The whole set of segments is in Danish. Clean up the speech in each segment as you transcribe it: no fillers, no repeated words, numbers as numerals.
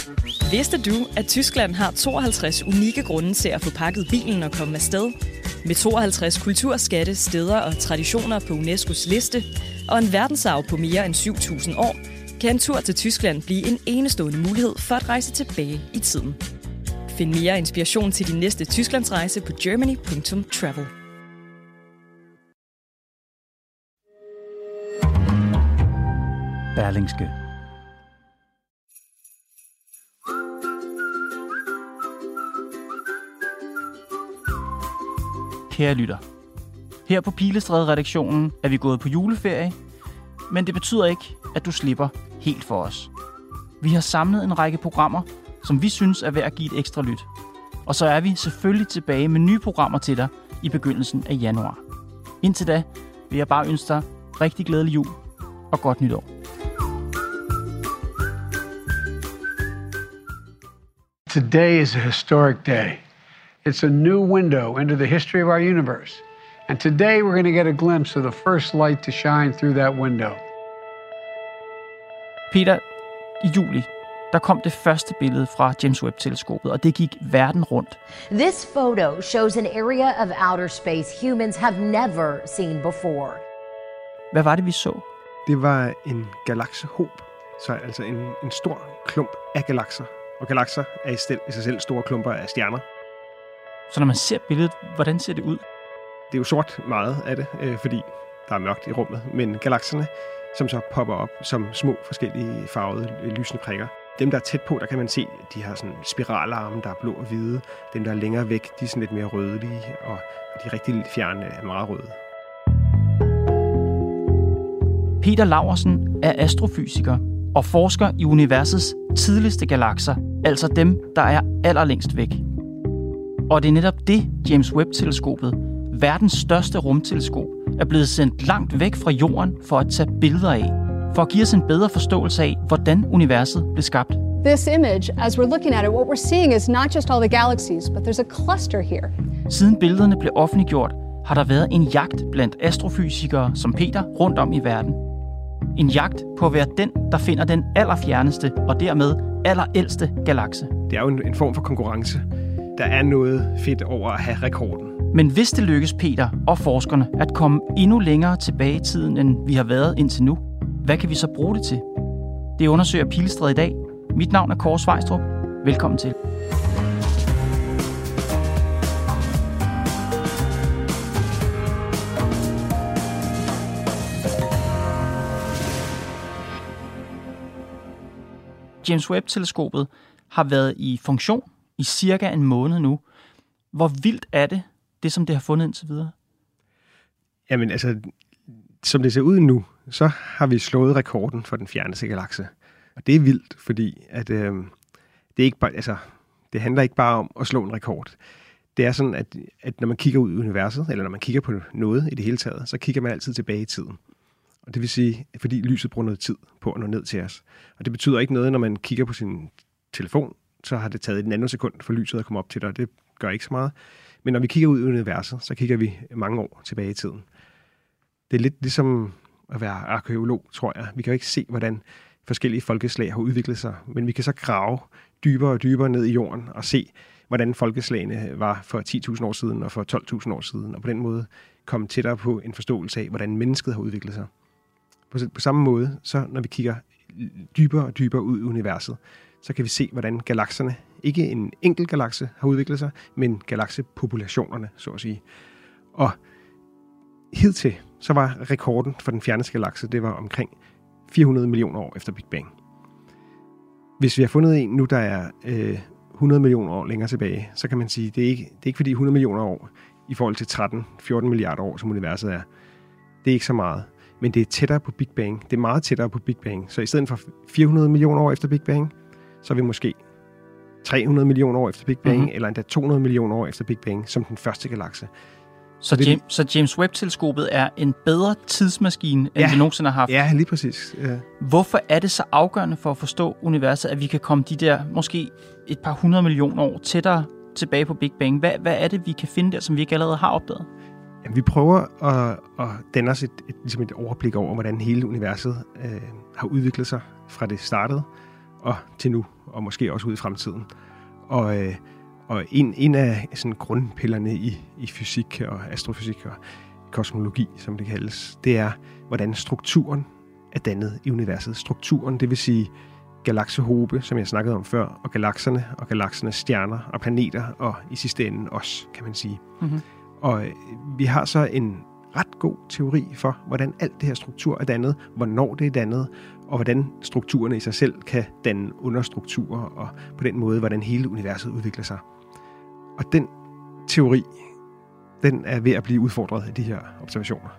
Vidste du, at Tyskland har 52 unikke grunde til at få pakket bilen og komme afsted? Med 52 kulturskatte, steder og traditioner på UNESCO's liste, og en verdensarv på mere end 7.000 år, kan en tur til Tyskland blive en enestående mulighed for at rejse tilbage i tiden. Find mere inspiration til din næste Tysklandsrejse på germany.travel. Berlingske. Kære lytter, her på Pilestræde-redaktionen er vi gået på juleferie, men det betyder ikke, at du slipper helt for os. Vi har samlet en række programmer, som vi synes er værd at give et ekstra lyt. Og så er vi selvfølgelig tilbage med nye programmer til dig i begyndelsen af januar. Indtil da vil jeg bare ønske dig rigtig glædelig jul og godt nytår. Today is a historic day. It's a new window into the history of our universe. And today we're going to get a glimpse of the first light to shine through that window. Peter, i juli, der kom det første billede fra James Webb-teleskopet, og det gik verden rundt. This photo shows an area of outer space humans have never seen before. Hvad var det, vi så? Det var en galaksehob, så altså en stor klump af galakser. Og galakser er i sig selv store klumper af stjerner. Så når man ser billedet, hvordan ser det ud? Det er jo sort meget af det, fordi der er mørkt i rummet. Men galakserne, som så popper op som små forskellige farvede lysende prikker. Dem, der er tæt på, der kan man se, at de har sådan spiralarme, der er blå og hvide. Dem, der er længere væk, de er sådan lidt mere rødlige, og de rigtig fjerne er meget røde. Peter Laursen er astrofysiker og forsker i universets tidligste galakser, altså dem, der er allerlængst væk. Og det er netop det, James Webb-teleskopet, verdens største rumteleskop, er blevet sendt langt væk fra jorden for at tage billeder af, for at give os en bedre forståelse af, hvordan universet blev skabt. This image, as we're looking at it, what we're seeing is not just all the galaxies, but there's a cluster here. Siden billederne blev offentliggjort, har der været en jagt blandt astrofysikere som Peter rundt om i verden. En jagt på at være den, der finder den allerfjerneste og dermed allerældste galakse. Det er jo en form for konkurrence. Der er noget fedt over at have rekorden. Men hvis det lykkes Peter og forskerne at komme endnu længere tilbage i tiden, end vi har været indtil nu, hvad kan vi så bruge det til? Det undersøger Pilestræde i dag. Mit navn er Kåre Svejstrup. Velkommen til. James Webb-teleskopet har været i funktion i cirka en måned nu. Hvor vildt er det som det har fundet indtil videre? Jamen altså, som det ser ud nu, så har vi slået rekorden for den fjerneste galakse. Og det er vildt, fordi at, det er ikke bare, altså, det handler ikke bare om at slå en rekord. Det er sådan, at når man kigger ud i universet, eller når man kigger på noget i det hele taget, så kigger man altid tilbage i tiden. Og det vil sige, fordi lyset bruger noget tid på at nå ned til os. Og det betyder ikke noget, når man kigger på sin telefon, så har det taget et nanosekund for lyset at komme op til dig, og det gør ikke så meget. Men når vi kigger ud i universet, så kigger vi mange år tilbage i tiden. Det er lidt ligesom at være arkæolog, tror jeg. Vi kan jo ikke se, hvordan forskellige folkeslag har udviklet sig, men vi kan så grave dybere og dybere ned i jorden og se, hvordan folkeslagene var for 10.000 år siden og for 12.000 år siden, og på den måde komme tættere på en forståelse af, hvordan mennesket har udviklet sig. På samme måde, så når vi kigger dybere og dybere ud i universet, så kan vi se, hvordan galakserne, ikke en enkelt galakse har udviklet sig, men galaksepopulationerne, så at sige. Og hidtil, så var rekorden for den fjerneste galakse, det var omkring 400 millioner år efter Big Bang. Hvis vi har fundet en nu, der er 100 millioner år længere tilbage, så kan man sige, det er ikke fordi 100 millioner år i forhold til 13-14 milliarder år, som universet er. Det er ikke så meget. Men det er tættere på Big Bang. Det er meget tættere på Big Bang. Så i stedet for 400 millioner år efter Big Bang, så er vi måske 300 millioner år efter Big Bang, eller endda 200 millioner år efter Big Bang, som den første galakse. Så James Webb-teleskopet er en bedre tidsmaskine, end vi nogensinde har haft? Ja, lige præcis. Ja. Hvorfor er det så afgørende for at forstå universet, at vi kan komme de der måske et par 100 millioner år tættere tilbage på Big Bang? Hvad er det, vi kan finde der, som vi ikke allerede har opdaget? Jamen, vi prøver at danne os et overblik over, hvordan hele universet har udviklet sig fra det startede og til nu. og måske også ud i fremtiden. Og en af sådan grundpillerne i fysik og astrofysik og kosmologi, som det kaldes, det er, hvordan strukturen er dannet i universet. Strukturen, det vil sige galaksehobe, som jeg snakkede om før, og galaksernes stjerner og planeter, og i sidste ende os, kan man sige. Mm-hmm. Og vi har så en ret god teori for, hvordan alt det her struktur er dannet, hvornår det er dannet, og hvordan strukturerne i sig selv kan danne understrukturer, og på den måde, hvordan hele universet udvikler sig. Og den teori, den er ved at blive udfordret af de her observationer.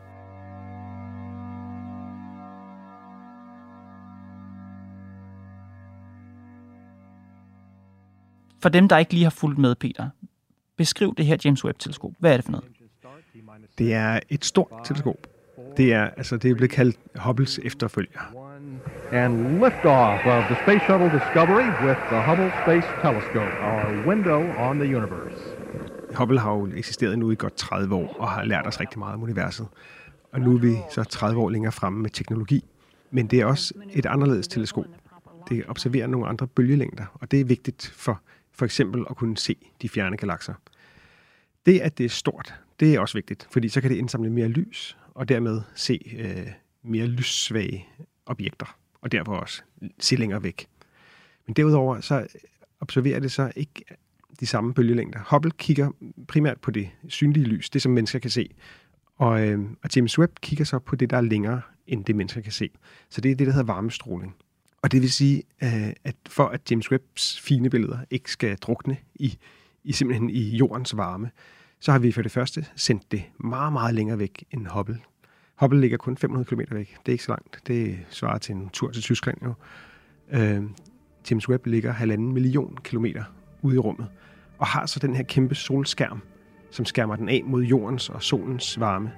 For dem, der ikke lige har fulgt med, Peter, beskriv det her James Webb-teleskop. Hvad er det for noget? Det er et stort teleskop. Det er blevet kaldt Hubbles efterfølger. And liftoff of the Space Shuttle Discovery with the Hubble Space Telescope, our window on the universe. Hubble har jo eksisteret nu i godt 30 år og har lært os rigtig meget om universet. Og nu er vi så 30 år længere fremme med teknologi. Men det er også et anderledes teleskop. Det observerer nogle andre bølgelængder, og det er vigtigt for eksempel at kunne se de fjerne galakser. Det, at det er stort, det er også vigtigt, fordi så kan det indsamle mere lys, og dermed se mere lyssvage objekter, og derfor også se længere væk. Men derudover så observerer det så ikke de samme bølgelængder. Hubble kigger primært på det synlige lys, det som mennesker kan se, og James Webb kigger så på det, der er længere, end det mennesker kan se. Så det er det, der hedder varmestråling. Og det vil sige, at for at James Webbs fine billeder ikke skal drukne simpelthen i jordens varme, så har vi for det første sendt det meget, meget længere væk end Hubble. Hubble ligger kun 500 km væk. Det er ikke så langt. Det svarer til en tur til Tyskland jo. James Webb ligger 1,5 million kilometer ude i rummet, og har så den her kæmpe solskærm, som skærmer den af mod jordens og solens varme.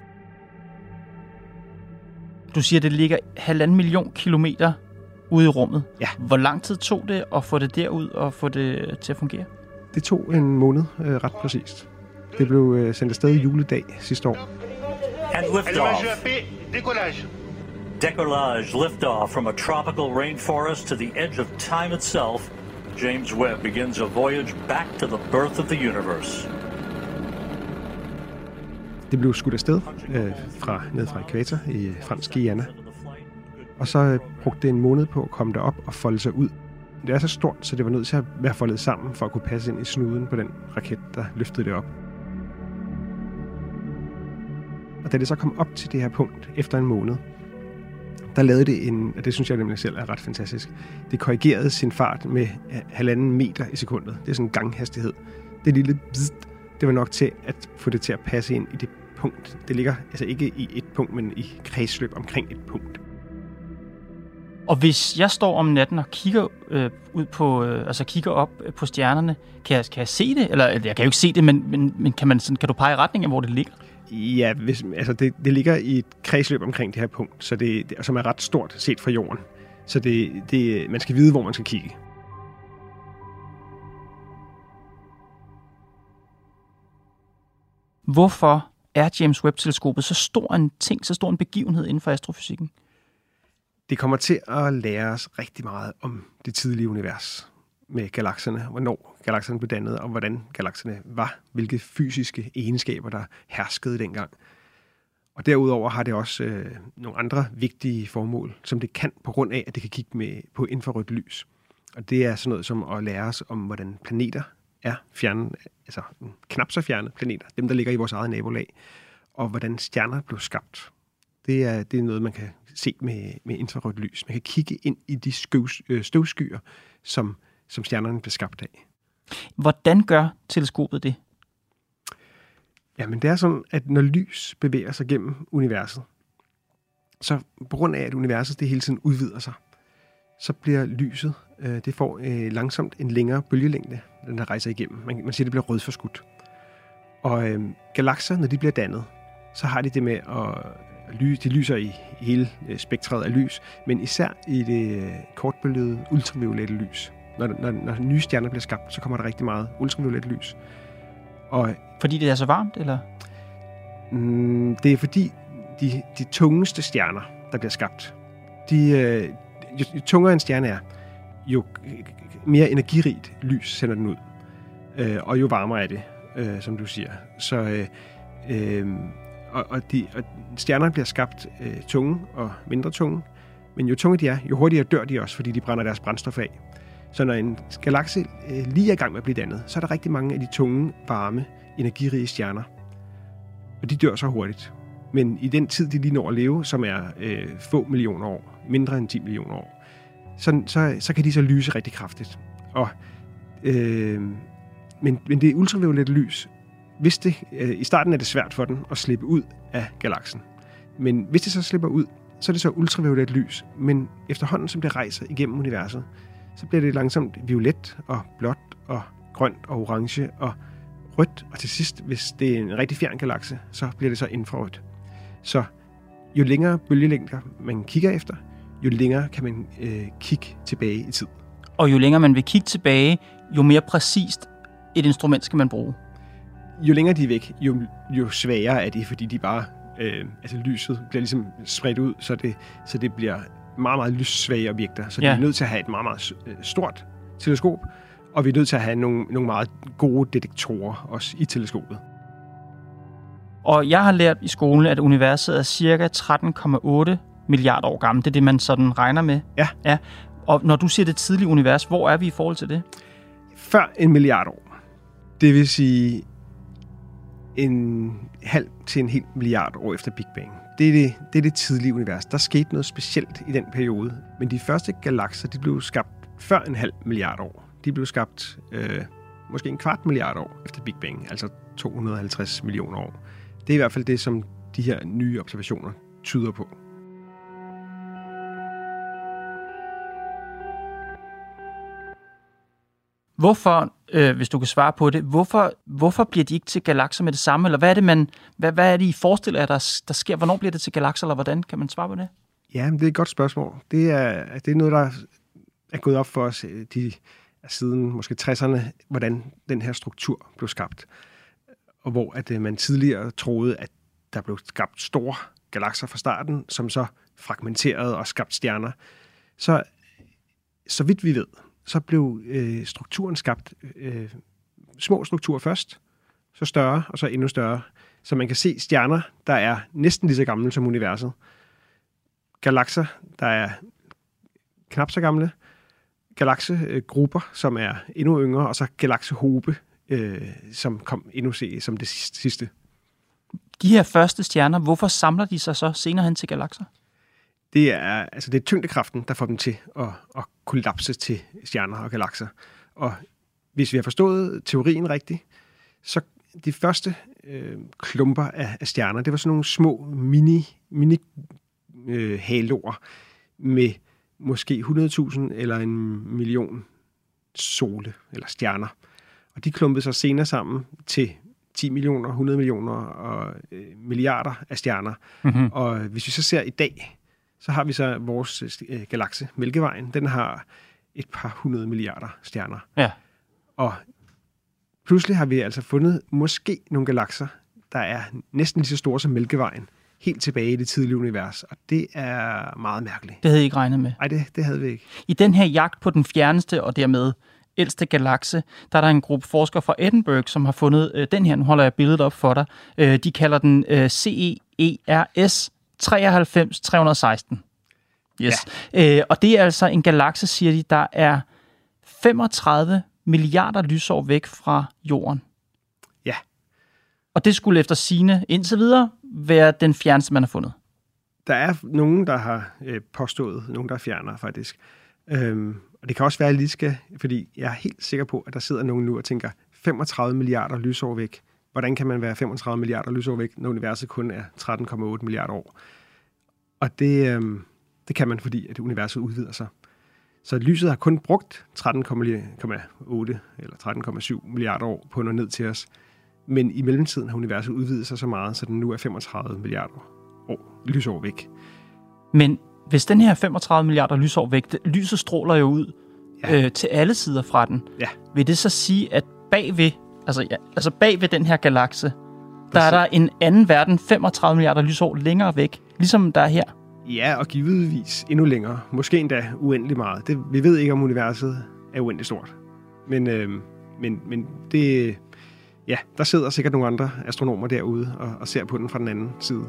Du siger, at det ligger 1,5 million kilometer ude i rummet. Ja. Hvor lang tid tog det at få det derud og få det til at fungere? Det tog en måned, ret præcist. Det blev sendt afsted juledag sidste år. And liftoff. Décollage liftoff from a tropical rainforest to the edge of time itself. James Webb begins a voyage back to the birth of the universe. Det blev skudt afsted ned fra ækvator i fransk Guyana. Og så brugte det en måned på at komme derop og folde sig ud. Det er så stort, så det var nødt til at være foldet sammen for at kunne passe ind i snuden på den raket, der løftede det op. Og da det så kom op til det her punkt efter en måned, der lavede det og det synes jeg nemlig selv er ret fantastisk, det korrigerede sin fart med 1,5 meter i sekundet. Det er sådan en ganghastighed. Det lille bzzzt, det var nok til at få det til at passe ind i det punkt. Det ligger altså ikke i et punkt, men i kredsløb omkring et punkt. Og hvis jeg står om natten og kigger ud på, kigger op på stjernerne, kan jeg se det? Eller jeg kan jo ikke se det, men kan du pege i retning af, hvor det ligger? Ja, det ligger i et kredsløb omkring det her punkt, så som er ret stort set fra jorden. Så man skal vide, hvor man skal kigge. Hvorfor er James Webb-teleskopet så stor en ting, så stor en begivenhed inden for astrofysikken? Det kommer til at lære os rigtig meget om det tidlige univers med galakserne, hvornår galakserne blev dannet, og hvordan galakserne var, hvilke fysiske egenskaber, der herskede dengang. Og derudover har det også nogle andre vigtige formål, som det kan på grund af, at det kan kigge på infrarødt lys. Og det er sådan noget som at lære os om, hvordan planeter er fjerne, altså knap så fjerne planeter, dem der ligger i vores eget nabolag, og hvordan stjerner blev skabt. Det er noget, man kan se med infrarødt lys. Man kan kigge ind i de støvskyer, som stjernerne blev skabt af. Hvordan gør teleskopet det? Jamen, det er sådan, at når lys bevæger sig gennem universet, så på grund af, at universet det hele tiden udvider sig, så bliver lyset, det får langsomt en længere bølgelængde, den der rejser igennem. Man siger, det bliver rødforskudt. Og galakser, når de bliver dannet, så har de det med de lyser i hele spektret af lys, men især i det kortbølgede ultraviolette lys. Når nye stjerner bliver skabt, så kommer der rigtig meget ultraviolet lys. Og fordi det er så varmt, eller? Det er fordi de tungeste stjerner, der bliver skabt, jo tungere en stjerne er, jo mere energirigt lys sender den ud. Og jo varmere er det, som du siger. Så, og stjernerne bliver skabt tunge og mindre tunge. Men jo tunge de er, jo hurtigere dør de også, fordi de brænder deres brændstof af. Så når en galakse lige er i gang med at blive dannet, så er der rigtig mange af de tunge, varme, energirige stjerner. Og de dør så hurtigt. Men i den tid, de lige når at leve, som er få millioner år, mindre end 10 millioner år, så kan de så lyse rigtig kraftigt. Og, men det er ultraviolet lys. Hvis det, i starten er det svært for den at slippe ud af galaksen. Men hvis det så slipper ud, så er det så ultraviolet lys. Men efterhånden, som det rejser igennem universet, så bliver det langsomt violet og blåt og grønt og orange og rødt. Og til sidst, hvis det er en rigtig fjern galakse, så bliver det så infrarødt. Så jo længere bølgelængder man kigger efter, jo længere kan man kigge tilbage i tid. Og jo længere man vil kigge tilbage, jo mere præcist et instrument skal man bruge. Jo længere de er væk, jo svagere er de, fordi de bare, lyset bliver ligesom spredt ud, så det bliver meget, meget lyssvage objekter. Så de er nødt til at have et meget, meget stort teleskop, og vi er nødt til at have nogle meget gode detektorer også i teleskopet. Og jeg har lært i skolen, at universet er cirka 13,8 milliarder år gammel. Det er det, man sådan regner med. Ja. Og når du siger det tidlige univers, hvor er vi i forhold til det? Før 1 milliard år. Det vil sige en halv til en hel milliard år efter Big Bang. Det er det tidlige univers. Der skete noget specielt i den periode. Men de første galakser, de blev skabt før en halv milliard år. De blev skabt måske en kvart milliard år efter Big Bang, altså 250 millioner år. Det er i hvert fald det, som de her nye observationer tyder på. Hvorfor, hvis du kan svare på det, hvorfor bliver de ikke til galakser med det samme? Eller hvad er det, I forestiller jer, der sker? Hvornår bliver det til galakser, eller hvordan? Kan man svare på det? Ja, det er et godt spørgsmål. Det er noget, der er gået op for os siden måske 60'erne, hvordan den her struktur blev skabt. Og hvor at man tidligere troede, at der blev skabt store galakser fra starten, som så fragmenterede og skabte stjerner. Så vidt vi ved, så blev strukturen skabt små strukturer først, så større og så endnu større. Så man kan se stjerner, der er næsten lige så gamle som universet. Galakser, der er knap så gamle. Galaksegrupper, som er endnu yngre, og så galaksehobe, som kom endnu som det sidste. De her første stjerner, hvorfor samler de sig så senere hen til galakser? Det er tyngdekraften, der får dem til at kollapse til stjerner og galakser. Og hvis vi har forstået teorien rigtigt, så de første klumper af stjerner, det var sådan nogle små mini-haloer med måske 100.000 eller 1 million sole eller stjerner. Og de klumpede sig senere sammen til 10 millioner, 100 millioner og milliarder af stjerner. Mm-hmm. Og hvis vi så ser i dag, så har vi så vores galakse, Mælkevejen. Den har et par 100 milliarder stjerner. Ja. Og pludselig har vi altså fundet måske nogle galakser, der er næsten lige så store som Mælkevejen, helt tilbage i det tidlige univers. Og det er meget mærkeligt. Det havde I ikke regnet med? Nej, det havde vi ikke. I den her jagt på den fjerneste og dermed ældste galakse, der er der en gruppe forskere fra Edinburgh, som har fundet den her. Nu holder jeg billedet op for dig. De kalder den CERS 93316. Yes. Ja. Og det er altså en galakse, siger de, der er 35 milliarder lysår væk fra Jorden. Ja. Og det skulle efter sigende indtil videre være den fjerneste, man har fundet. Der er nogen, der har påstået, nogen, der fjerner faktisk. Og det kan også være, at jeg lige skal, fordi jeg er helt sikker på, at der sidder nogen nu og tænker, 35 milliarder lysår væk. Hvordan kan man være 35 milliarder lysår væk, når universet kun er 13,8 milliarder år? Og det kan man, fordi at universet udvider sig. Så lyset har kun brugt 13,8 eller 13,7 milliarder år på at nå ned til os. Men i mellemtiden har universet udvidet sig så meget, så den nu er 35 milliarder år lysår væk. Men hvis den her 35 milliarder lysår væk, lyset stråler jo ud til alle sider fra den. Ja. Vil det så sige, at bagved den her galakse, der er der en anden verden 35 milliarder lysår længere væk, ligesom der er her? Ja, og givetvis endnu længere. Måske endda uendelig meget. Vi ved ikke, om universet er uendeligt stort. Men det... Ja, der sidder sikkert nogle andre astronomer derude og ser på den fra den anden side.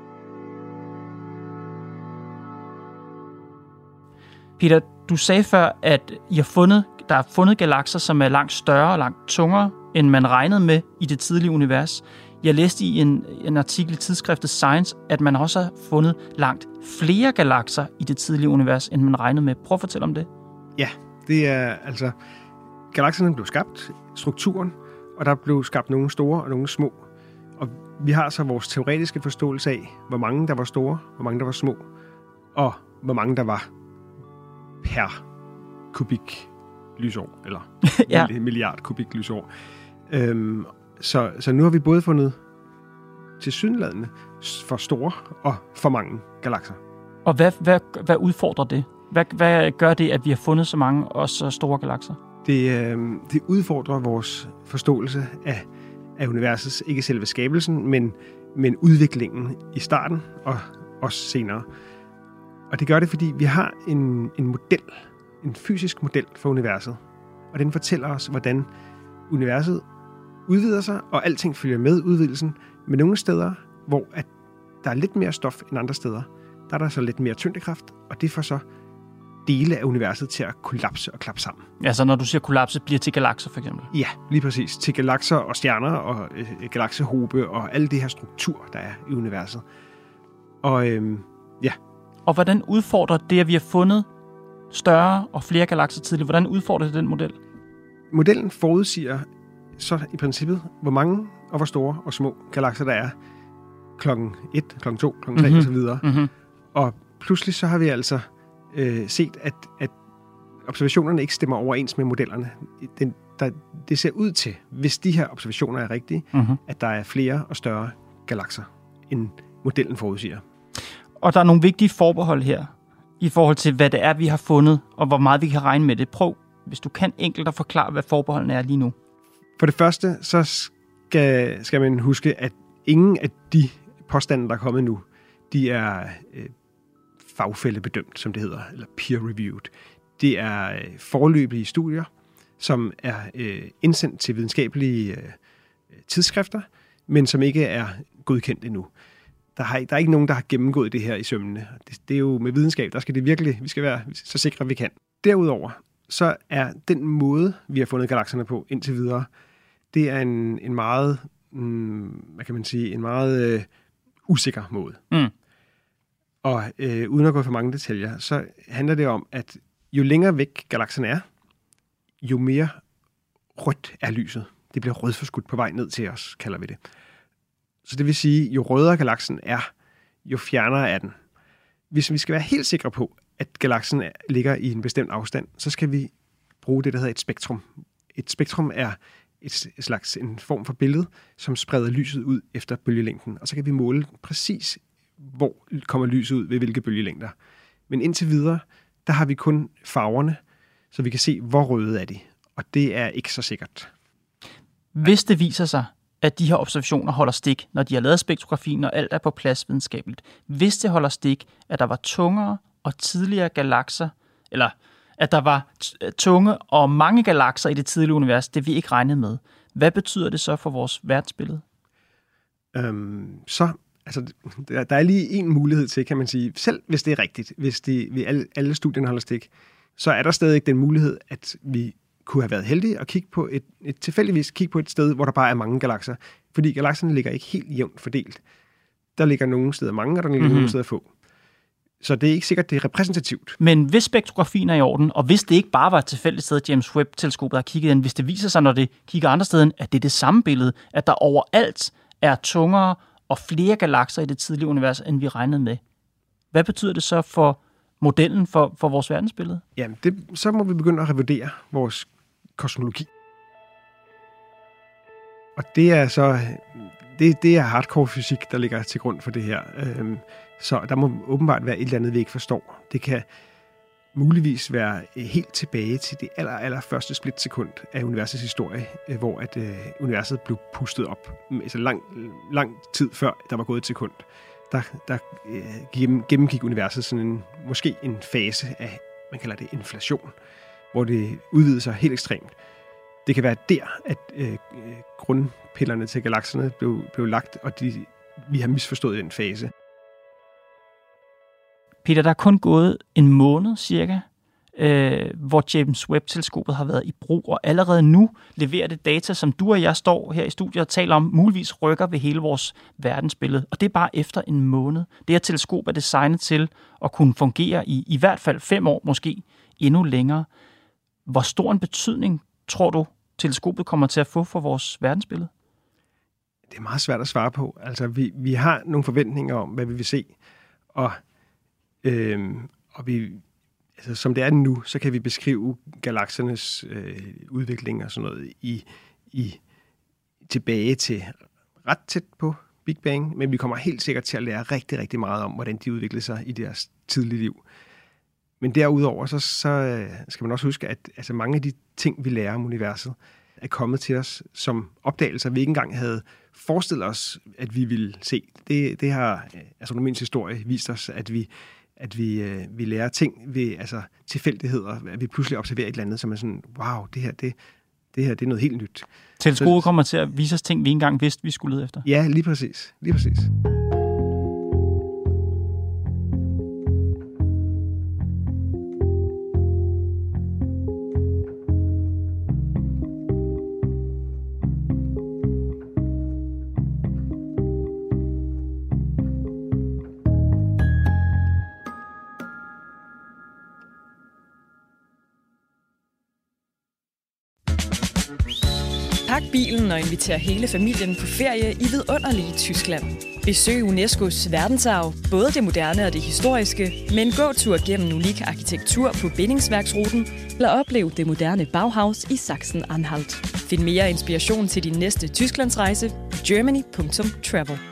Peter, du sagde før, at der er fundet galakser, som er langt større og langt tungere, end man regnede med i det tidlige univers. Jeg læste i en artikel i tidsskriftet Science, at man også har fundet langt flere galakser i det tidlige univers, end man regnede med. Prøv at fortælle om det. Ja, det er altså... Galakserne blev skabt, strukturen, og der blev skabt nogle store og nogle små. Og vi har så vores teoretiske forståelse af, hvor mange der var store, hvor mange der var små, og hvor mange der var per kubik lysår, eller ja. Milliard kubik lysår. Så nu har vi både fundet tilsyneladende for store og for mange galakser. Og hvad udfordrer det? Hvad gør det, at vi har fundet så mange og så store galakser? Det udfordrer vores forståelse af universets, ikke selve skabelsen, men udviklingen i starten og også senere. Og det gør det, fordi vi har en model, en fysisk model for universet. Og den fortæller os, hvordan universet udvider sig, og alting følger med udvidelsen. Men nogle steder, hvor at der er lidt mere stof end andre steder, der er der så lidt mere tyngdekraft, og det får så dele af universet til at kollapse og klappe sammen. Altså når du siger kollapse, bliver til galakser for eksempel? Ja, lige præcis. Til galakser og stjerner og galaksehobe og alle det her struktur, der er i universet. Og ja. Og hvordan udfordrer det, at vi har fundet større og flere galakser tidligere? Hvordan udfordrer det den model? Modellen forudsiger så i princippet, hvor mange og hvor store og små galakser der er klokken 1, klokken 2, klokken 3 osv. Mm-hmm. Og pludselig så har vi altså set, at observationerne ikke stemmer overens med modellerne. Det ser ud til, hvis de her observationer er rigtige, at der er flere og større galakser, end modellen forudsiger. Og der er nogle vigtige forbehold her, i forhold til, hvad det er, vi har fundet, og hvor meget vi kan regne med det. Prøv, hvis du kan enkelt at forklare, hvad forbeholdene er lige nu. For det første, så skal man huske, at ingen af de påstande, der er kommet nu, de er fagfællebedømt, som det hedder, eller peer-reviewed. Det er foreløbige studier, som er indsendt til videnskabelige tidsskrifter, men som ikke er godkendt endnu. Der er ikke nogen, der har gennemgået det her i sømmene. Det er jo med videnskab, vi skal være så sikre, vi kan. Derudover, så er den måde, vi har fundet galakserne på indtil videre, det er en meget, hvad kan man sige, en meget usikker måde. Mm. Og uden at gå for mange detaljer, så handler det om, at jo længere væk galakserne er, jo mere rødt er lyset. Det bliver rødforskudt på vej ned til os, kalder vi det. Så det vil sige, jo rødere galaksen er, jo fjernere er den. Hvis vi skal være helt sikre på, at galaksen ligger i en bestemt afstand, så skal vi bruge det, der hedder et spektrum. Et spektrum er en form for billede, som spreder lyset ud efter bølgelængden. Og så kan vi måle præcis, hvor kommer lyset ud ved hvilke bølgelængder. Men indtil videre, der har vi kun farverne, så vi kan se, hvor røde er de. Og det er ikke så sikkert. Hvis det viser sig, at de her observationer holder stik, når de har lavet spektrografien, og alt er på plads videnskabeligt. Hvis det holder stik, at der var tungere og tidligere galakser, eller at der var tunge og mange galakser i det tidlige univers, det vi ikke regnede med. Hvad betyder det så for vores verdensbillede? Der er lige en mulighed til, kan man sige, selv hvis det er rigtigt, hvis alle studierne holder stik, så er der stadig den mulighed, at vi kunne have været heldige at kigge på tilfældigvis kigge på et sted, hvor der bare er mange galakser. Fordi galakserne ligger ikke helt jævnt fordelt. Der ligger nogle steder mange, og der ligger nogle steder få. Så det er ikke sikkert, det er repræsentativt. Men hvis spektrografien er i orden, og hvis det ikke bare var et tilfældigt sted, James Webb-teleskopet har kigget ind, hvis det viser sig, når det kigger andre steder, at det er det samme billede, at der overalt er tungere og flere galakser i det tidlige univers, end vi regnede med. Hvad betyder det så for modellen for vores verdensbillede? Jamen, så må vi begynde at revurdere vores kosmologi. Og det er så det er hardcore fysik, der ligger til grund for det her. Så der må åbenbart være et eller andet, vi ikke forstår. Det kan muligvis være helt tilbage til det allerførste splitsekund af universets historie, hvor at universet blev pustet op. Altså lang tid før der var gået et sekund. Der gennemgik universet sådan måske en fase af, man kalder det inflation, hvor det udvider sig helt ekstremt. Det kan være der, at grundpillerne til galakserne blev lagt, og vi har misforstået den fase. Peter, der er kun gået en måned cirka, hvor James Webb-teleskopet har været i brug, og allerede nu leverer det data, som du og jeg står her i studiet og taler om, muligvis rykker ved hele vores verdensbillede. Og det er bare efter en måned. Det her teleskop er designet til at kunne fungere i hvert fald 5 år, måske endnu længere. Hvor stor en betydning tror du, teleskopet kommer til at få for vores verdensbillede? Det er meget svært at svare på. Altså, vi har nogle forventninger om, hvad vi vil se, og vi, altså, som det er nu, så kan vi beskrive galaksernes udvikling og sådan noget tilbage til ret tæt på Big Bang, men vi kommer helt sikkert til at lære rigtig, rigtig meget om, hvordan de udviklede sig i deres tidlige liv. Men derudover, så skal man også huske, at altså, mange af de ting, vi lærer om universet, er kommet til os som opdagelser, vi ikke engang havde forestillet os, at vi ville se. Det har astronomiens historie vist os, at vi lærer ting ved tilfældigheder, at vi pludselig observerer et eller andet, som er sådan, wow, det her det er noget helt nyt. Teleskopet kommer til at vise os ting, vi ikke engang vidste, vi skulle lede efter. Ja, lige præcis. Lige præcis. Pak bilen og inviter hele familien på ferie i vidunderlige Tyskland. Besøg UNESCO's verdensarv, både det moderne og det historiske, med en gåtur gennem unik arkitektur på bindingsværksruten, eller oplev det moderne Bauhaus i Sachsen-Anhalt. Find mere inspiration til din næste Tysklandsrejse på germany.travel.